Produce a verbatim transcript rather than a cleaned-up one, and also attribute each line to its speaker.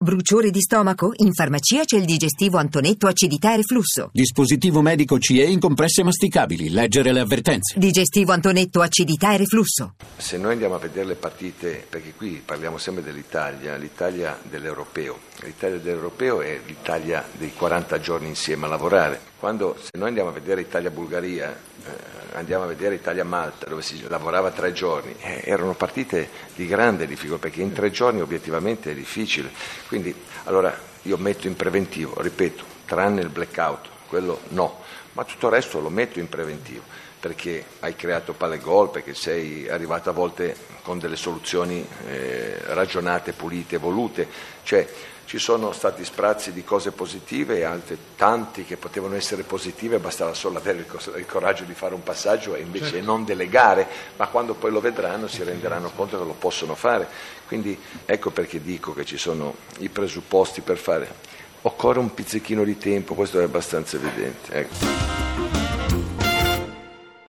Speaker 1: Bruciore di stomaco? In farmacia c'è il digestivo Antonetto acidità e reflusso.
Speaker 2: Dispositivo medico C E in compresse masticabili. Leggere le avvertenze.
Speaker 1: Digestivo Antonetto acidità e reflusso.
Speaker 3: Se noi andiamo a vedere le partite, perché qui parliamo sempre dell'Italia, l'Italia dell'Europeo. L'Italia dell'Europeo è l'Italia dei quaranta giorni insieme a lavorare. Quando, se noi andiamo a vedere Italia-Bulgaria, eh, andiamo a vedere Italia-Malta, dove si lavorava tre giorni, eh, erano partite di grande difficoltà, perché in tre giorni obiettivamente è difficile. Quindi, allora, io metto in preventivo, ripeto, tranne il blackout, quello no, ma tutto il resto lo metto in preventivo, perché hai creato palle gol, perché sei arrivato a volte con delle soluzioni eh, ragionate, pulite, volute, cioè ci sono stati sprazzi di cose positive e altri tanti che potevano essere positive, bastava solo avere il, cos- il coraggio di fare un passaggio e invece certo. non delegare, ma quando poi lo vedranno si renderanno conto che lo possono fare. Quindi ecco perché dico che ci sono i presupposti per fare. Occorre un pizzichino di tempo, questo è abbastanza evidente. Ecco.